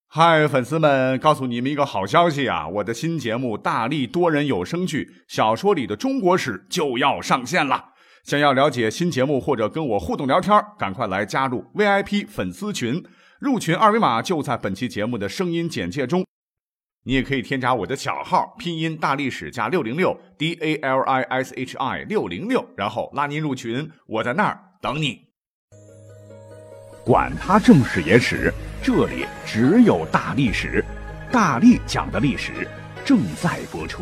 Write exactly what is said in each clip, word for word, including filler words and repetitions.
嗨，粉丝们，告诉你们一个好消息啊！我的新节目《大力多人有声剧小说里的中国史》就要上线了。想要了解新节目或者跟我互动聊天，赶快来加入 V I P 粉丝群，入群二维码就在本期节目的声音简介中。你也可以添加我的小号，拼音大历史加六零六 D A L I S H I 六零六，然后拉您入群，我在那儿等你。 管他正史野史，这里只有大历史，大力讲的历史正在播出。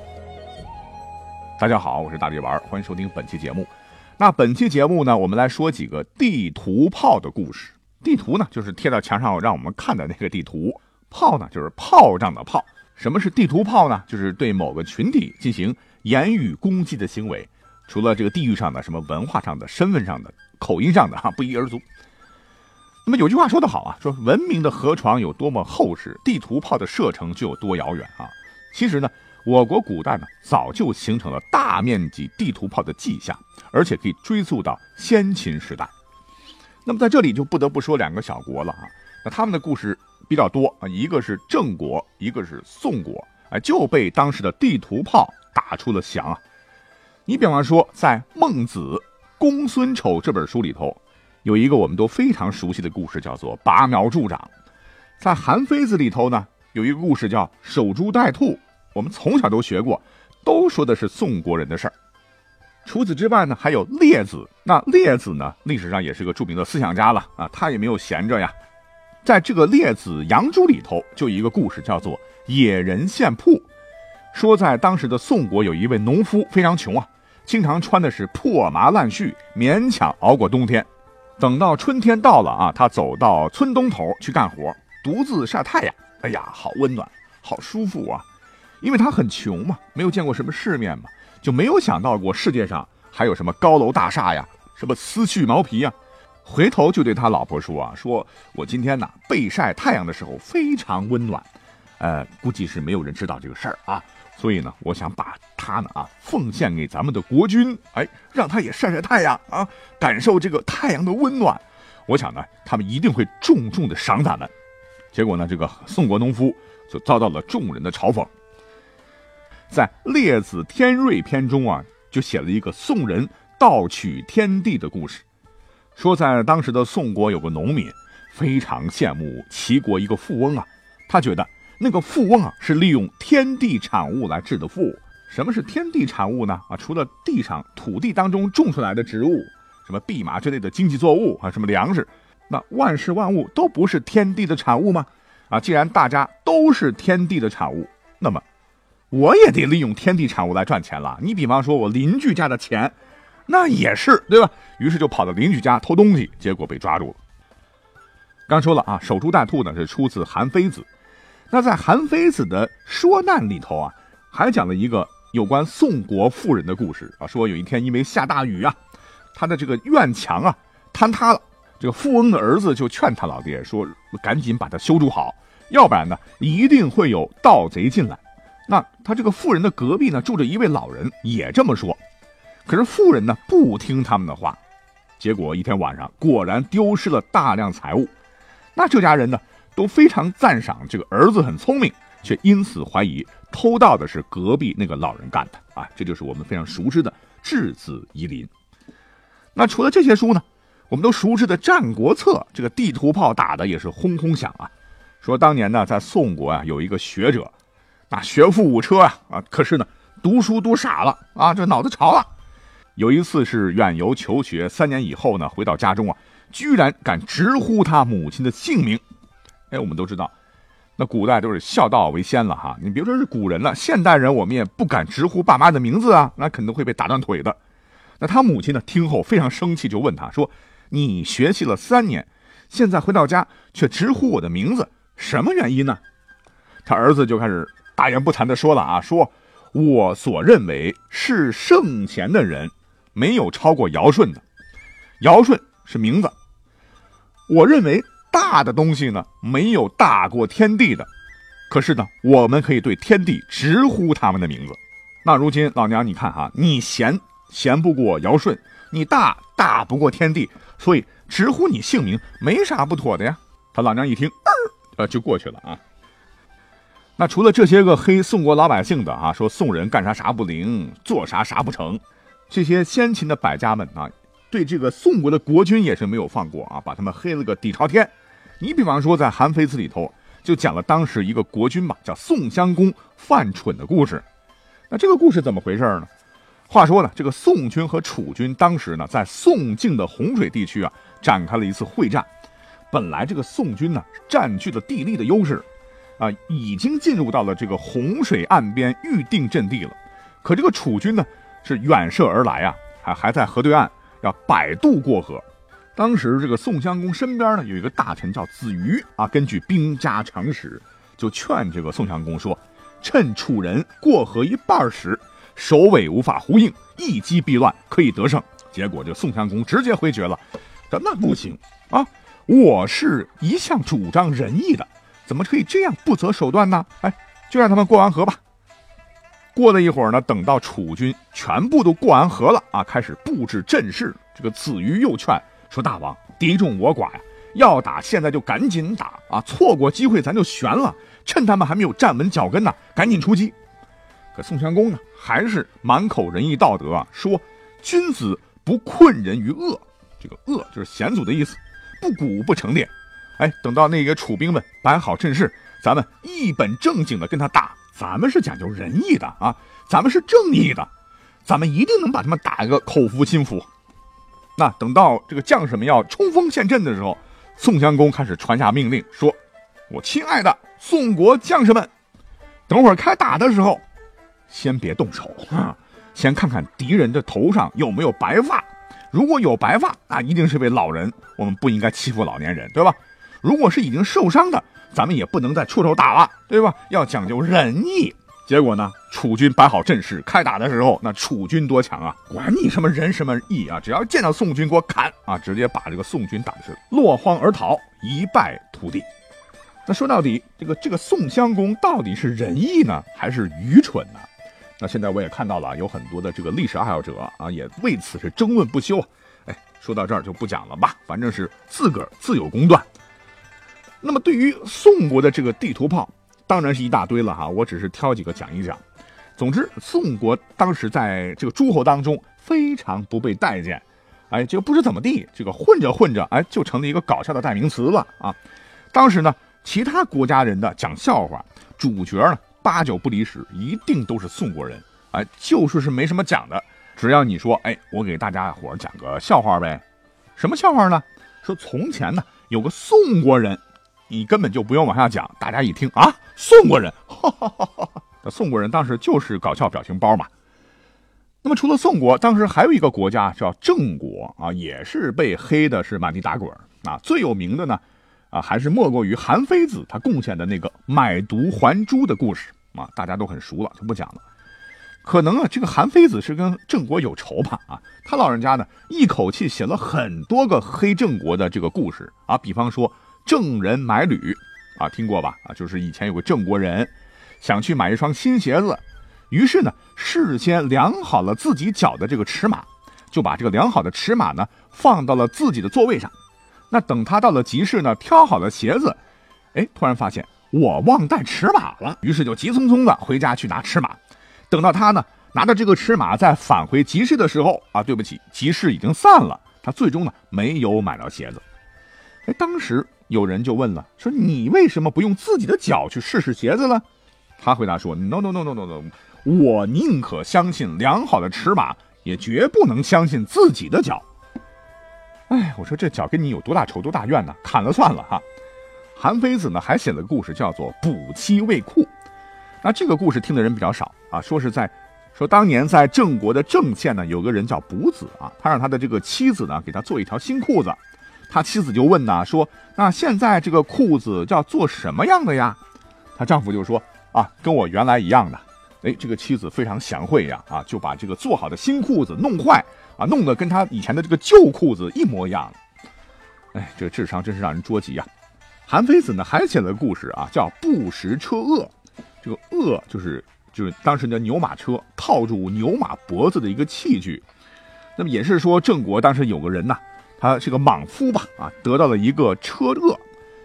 大家好，我是大力丸，欢迎收听本期节目。那本期节目呢，我们来说几个地图炮的故事。地图呢，就是贴到墙上让我们看的那个地图；炮呢，就是炮仗的炮。什么是地图炮呢？就是对某个群体进行言语攻击的行为，除了这个地域上的、什么文化上的、身份上的、口音上的哈，不一而足。那么有句话说得好啊，说文明的河床有多么厚实，地图炮的射程就有多遥远啊。其实呢，我国古代呢早就形成了大面积地图炮的迹象，而且可以追溯到先秦时代。那么在这里就不得不说两个小国了啊，那他们的故事比较多啊，一个是郑国，一个是宋国，哎，就被当时的地图炮打出了翔啊。你比方说，在《孟子·公孙丑》这本书里头，有一个我们都非常熟悉的故事，叫做拔苗助长。在《韩非子》里头呢，有一个故事叫守株待兔，我们从小都学过，都说的是宋国人的事儿。除此之外呢，还有列子。那列子呢，历史上也是个著名的思想家了啊，他也没有闲着呀。在这个列子杨朱里头，就有一个故事叫做野人献铺，说在当时的宋国有一位农夫非常穷啊，经常穿的是破麻烂絮，勉强熬过冬天。等到春天到了啊，他走到村东头去干活，独自晒太阳。哎呀，好温暖，好舒服啊！因为他很穷嘛，没有见过什么世面嘛，就没有想到过世界上还有什么高楼大厦呀，什么丝絮毛皮呀。回头就对他老婆说啊，说我今天呢被晒太阳的时候非常温暖，呃，估计是没有人知道这个事儿啊。所以呢，我想把它呢啊奉献给咱们的国君，哎，让他也晒晒太阳啊，感受这个太阳的温暖。我想呢，他们一定会重重的赏咱们。结果呢，这个宋国农夫就遭到了众人的嘲讽。在《列子天瑞篇》中啊，就写了一个宋人盗取天地的故事，说在当时的宋国有个农民非常羡慕齐国一个富翁啊，他觉得那个富翁啊，是利用天地产物来致的富。什么是天地产物呢？啊，除了地上土地当中种出来的植物，什么蓖麻之类的经济作物啊，什么粮食，那万事万物都不是天地的产物吗？啊，既然大家都是天地的产物，那么我也得利用天地产物来赚钱了。你比方说我邻居家的钱，那也是对吧？于是就跑到邻居家偷东西，结果被抓住了。刚说了啊，守株待兔呢是出自韩非子。那在韩非子的说难里头啊，还讲了一个有关宋国富人的故事啊，说有一天因为下大雨啊，他的这个院墙啊坍塌了，这个富翁的儿子就劝他老爹说，赶紧把它修筑好，要不然呢一定会有盗贼进来。那他这个富人的隔壁呢住着一位老人，也这么说，可是富人呢不听他们的话，结果一天晚上果然丢失了大量财物。那这家人呢都非常赞赏这个儿子很聪明，却因此怀疑偷盗的是隔壁那个老人干的啊！这就是我们非常熟知的质子夷陵。那除了这些书呢，我们都熟知的《战国策》，这个地图炮打的也是轰轰响啊。说当年呢，在宋国啊，有一个学者，那学富五车啊啊，可是呢，读书读傻了啊，这脑子潮了。有一次是远游求学，三年以后呢，回到家中啊，居然敢直呼他母亲的姓名。哎，我们都知道，那古代都是孝道为先了哈。你别说是古人了，现代人我们也不敢直呼爸妈的名字啊，那肯定会被打断腿的。那他母亲呢，听后非常生气，就问他说：“你学习了三年，现在回到家却直呼我的名字，什么原因呢？”他儿子就开始大言不惭地说了啊，说我所认为是圣贤的人，没有超过尧舜的，尧舜是名字，我认为大的东西呢，没有大过天地的，可是呢，我们可以对天地直呼他们的名字。那如今老娘你看哈，你贤贤不过尧舜，你大大不过天地，所以直呼你姓名没啥不妥的呀。他老娘一听，呃呃，就过去了啊。那除了这些个黑宋国老百姓的啊，说宋人干啥啥不灵，做啥啥不成，这些先秦的百家们啊，对这个宋国的国君也是没有放过啊，把他们黑了个底朝天。你比方说在《韩非子》里头就讲了当时一个国君吧，叫宋襄公犯蠢的故事。那这个故事怎么回事呢？话说呢，这个宋军和楚军当时呢，在宋境的洪水地区啊，展开了一次会战。本来这个宋军呢，占据了地利的优势，啊，已经进入到了这个洪水岸边预定阵地了。可这个楚军呢，是远涉而来啊，还还在河对岸要摆渡过河。当时这个宋襄公身边呢，有一个大臣叫子瑜啊，根据兵家常识，就劝这个宋襄公说，趁楚人过河一半时，首尾无法呼应，一击必乱，可以得胜。结果这宋襄公直接回绝了，那不行啊！我是一向主张仁义的，怎么可以这样不择手段呢？哎，就让他们过完河吧。过了一会儿呢，等到楚军全部都过完河了啊，开始布置阵势。这个子瑜又劝说，大王敌众我寡呀，要打现在就赶紧打啊，错过机会咱就悬了，趁他们还没有站稳脚跟呢，赶紧出击。可宋襄公呢，还是满口仁义道德啊，说君子不困人于恶，这个恶就是险阻的意思，不鼓不成列。哎，等到那个楚兵们摆好阵势，咱们一本正经的跟他打，咱们是讲究仁义的啊，咱们是正义的，咱们一定能把他们打个口服心服。那等到这个将士们要冲锋陷阵的时候，宋襄公开始传下命令，说，我亲爱的宋国将士们，等会儿开打的时候先别动手啊，先看看敌人的头上有没有白发，如果有白发，那一定是位老人，我们不应该欺负老年人，对吧？如果是已经受伤的，咱们也不能再出手打了，对吧？要讲究仁义。结果呢，楚军摆好阵势，开打的时候，那楚军多强啊，管你什么仁什么义啊，只要见到宋军给我砍啊，直接把这个宋军打的是落荒而逃，一败涂地。那说到底，这个这个宋襄公到底是仁义呢，还是愚蠢呢？那现在我也看到了，有很多的这个历史爱好者啊，也为此是争论不休。哎，说到这儿就不讲了吧，反正是自个儿自有公断。那么对于宋国的这个地图炮，当然是一大堆了哈，我只是挑几个讲一讲。总之，宋国当时在这个诸侯当中非常不被待见，哎，这个不知怎么地，这个混着混着，哎，就成了一个搞笑的代名词了啊。当时呢，其他国家人的讲笑话，主角呢八九不离十，一定都是宋国人，哎，就是是没什么讲的，只要你说，哎，我给大家伙讲个笑话呗。什么笑话呢？说从前呢有个宋国人。你根本就不用往下讲，大家一听啊，宋国人，哈哈哈哈，那宋国人当时就是搞笑表情包嘛。那么除了宋国，当时还有一个国家叫郑国啊，也是被黑的是满地打滚啊。最有名的呢，啊，还是莫过于韩非子他贡献的那个买椟还珠的故事啊，大家都很熟了，就不讲了。可能啊，这个韩非子是跟郑国有仇吧啊，他老人家呢一口气写了很多个黑郑国的这个故事啊，比方说。郑人买履啊，听过吧？啊，就是以前有个郑国人想去买一双新鞋子，于是呢，事先量好了自己脚的这个尺码，就把这个量好的尺码呢放到了自己的座位上。那等他到了集市呢，挑好了鞋子，哎，突然发现我忘带尺码了，于是就急匆匆的回家去拿尺码。等到他呢拿着这个尺码再返回集市的时候啊，对不起，集市已经散了，他最终呢没有买到鞋子。哎，当时有人就问了，说你为什么不用自己的脚去试试鞋子呢？他回答说 no no no no no no， 我宁可相信量好的尺码，也绝不能相信自己的脚。哎，我说这脚跟你有多大仇多大怨呢？砍了算了哈。韩非子呢还写了个故事叫做补妻未裤。那这个故事听的人比较少啊，说是在说当年在郑国的郑县呢，有个人叫卜子啊，他让他的这个妻子呢给他做一条新裤子。他妻子就问呐，说那现在这个裤子叫做什么样的呀？他丈夫就说啊，跟我原来一样的。哎，这个妻子非常贤惠呀，啊，就把这个做好的新裤子弄坏啊，弄得跟他以前的这个旧裤子一模一样。哎，这个智商真是让人捉急啊！韩非子呢还写了个故事啊，叫不食车轭。这个轭就是就是当时的牛马车套住牛马脖子的一个器具。那么也是说郑国当时有个人呐。他是个莽夫吧，啊，得到了一个车轭。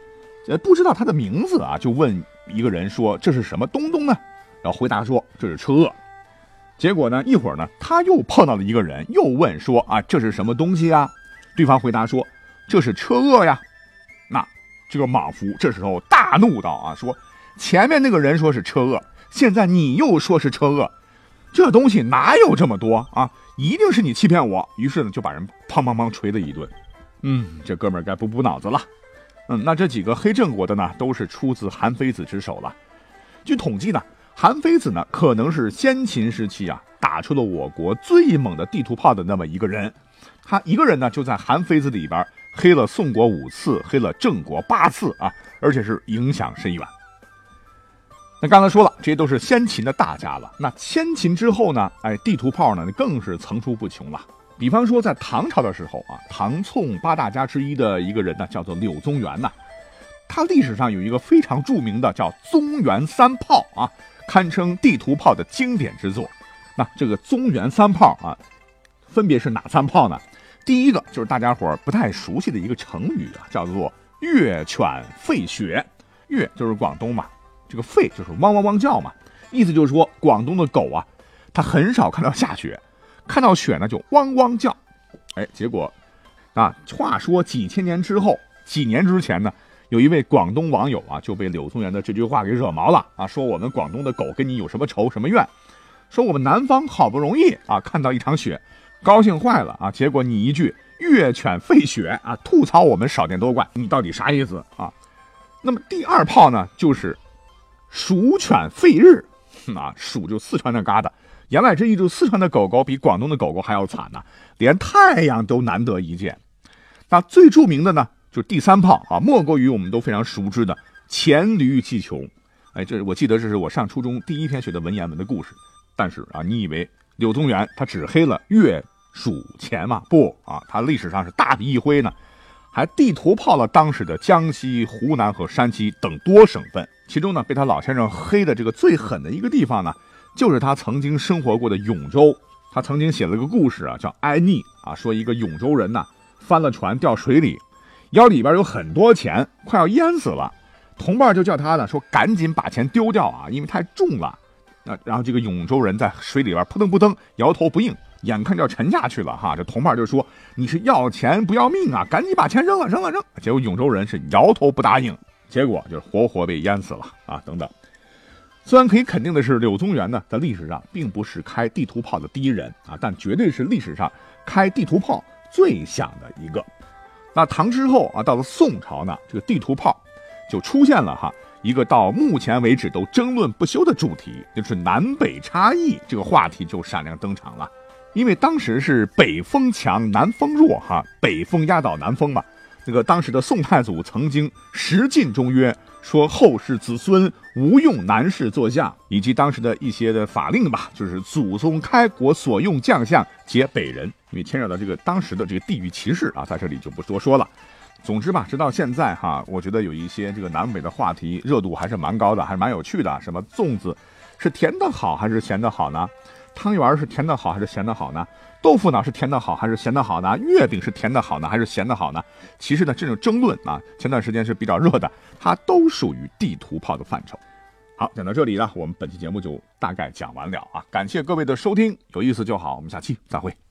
呃，不知道他的名字啊，就问一个人说这是什么东东呢？然后回答说这是车轭。结果呢，一会儿呢，他又碰到了一个人，又问说啊这是什么东西啊？对方回答说这是车轭呀。那这个莽夫这时候大怒道啊，说前面那个人说是车轭，现在你又说是车轭，这东西哪有这么多啊？一定是你欺骗我。于是呢，就把人砰砰砰捶了一顿。嗯，这哥们儿该补补脑子了。嗯，那这几个黑郑国的呢，都是出自韩非子之手了。据统计呢，韩非子呢，可能是先秦时期啊，打出了我国最猛的地图炮的那么一个人。他一个人呢，就在韩非子里边黑了宋国五次，黑了郑国八次啊，而且是影响深远。那刚才说了，这些都是先秦的大家了。那先秦之后呢，哎，地图炮呢更是层出不穷了。比方说在唐朝的时候啊，唐宋八大家之一的一个人呢，叫做柳宗元呐。他历史上有一个非常著名的叫宗元三炮啊，堪称地图炮的经典之作。那这个宗元三炮啊，分别是哪三炮呢？第一个就是大家伙不太熟悉的一个成语啊，叫做越犬吠雪。越就是广东嘛，这个吠就是汪汪汪叫嘛，意思就是说广东的狗啊，它很少看到下雪，看到雪呢就汪汪叫。哎，结果啊，话说几千年之后，几年之前呢，有一位广东网友啊就被柳宗元的这句话给惹毛了啊，说我们广东的狗跟你有什么仇什么怨，说我们南方好不容易啊看到一场雪，高兴坏了啊，结果你一句越犬吠雪啊，吐槽我们少见多怪，你到底啥意思啊？那么第二炮呢，就是蜀犬吠日啊，蜀就四川的疙瘩，言外之意就是四川的狗狗比广东的狗狗还要惨呢、啊，连太阳都难得一见。那最著名的呢，就是第三炮啊，莫过于我们都非常熟知的黔驴技穷。哎，这我记得这是我上初中第一天学的文言文的故事。但是啊，你以为柳宗元他只黑了越蜀黔吗？不啊，他历史上是大笔一挥呢，还地图炮了当时的江西、湖南和山西等多省份。其中呢，被他老先生黑的这个最狠的一个地方呢，就是他曾经生活过的永州。他曾经写了个故事啊，叫《哀溺》啊，说一个永州人呐、啊，翻了船掉水里，腰里边有很多钱，快要淹死了。同伴就叫他呢，说赶紧把钱丢掉啊，因为太重了。那然后这个永州人在水里边扑腾扑腾，摇头不应，眼看就要沉下去了哈。这同伴就说：“你是要钱不要命啊？赶紧把钱扔了，扔了，扔！”结果永州人是摇头不答应，结果就是活活被淹死了啊！等等。虽然可以肯定的是，柳宗元呢在历史上并不是开地图炮的第一人啊，但绝对是历史上开地图炮最响的一个。那唐之后啊，到了宋朝呢，这个地图炮就出现了哈一个到目前为止都争论不休的主题，就是南北差异这个话题就闪亮登场了。因为当时是北风强南风弱哈，北风压倒南风嘛。这个当时的宋太祖曾经十进中约，说后世子孙无用南士做相，以及当时的一些的法令吧，就是祖宗开国所用将相皆北人，因为牵扯到这个当时的这个地域歧视啊，在这里就不多说了。总之吧，直到现在哈，我觉得有一些这个南北的话题热度还是蛮高的，还是蛮有趣的。什么粽子是甜的好还是咸的好呢？汤圆是甜的好还是咸的好呢？豆腐脑是甜的好还是咸的好呢？月饼是甜的好呢还是咸的好呢？其实呢，这种争论啊，前段时间是比较热的，它都属于地图炮的范畴。好，讲到这里呢，我们本期节目就大概讲完了啊，感谢各位的收听，有意思就好，我们下期再会。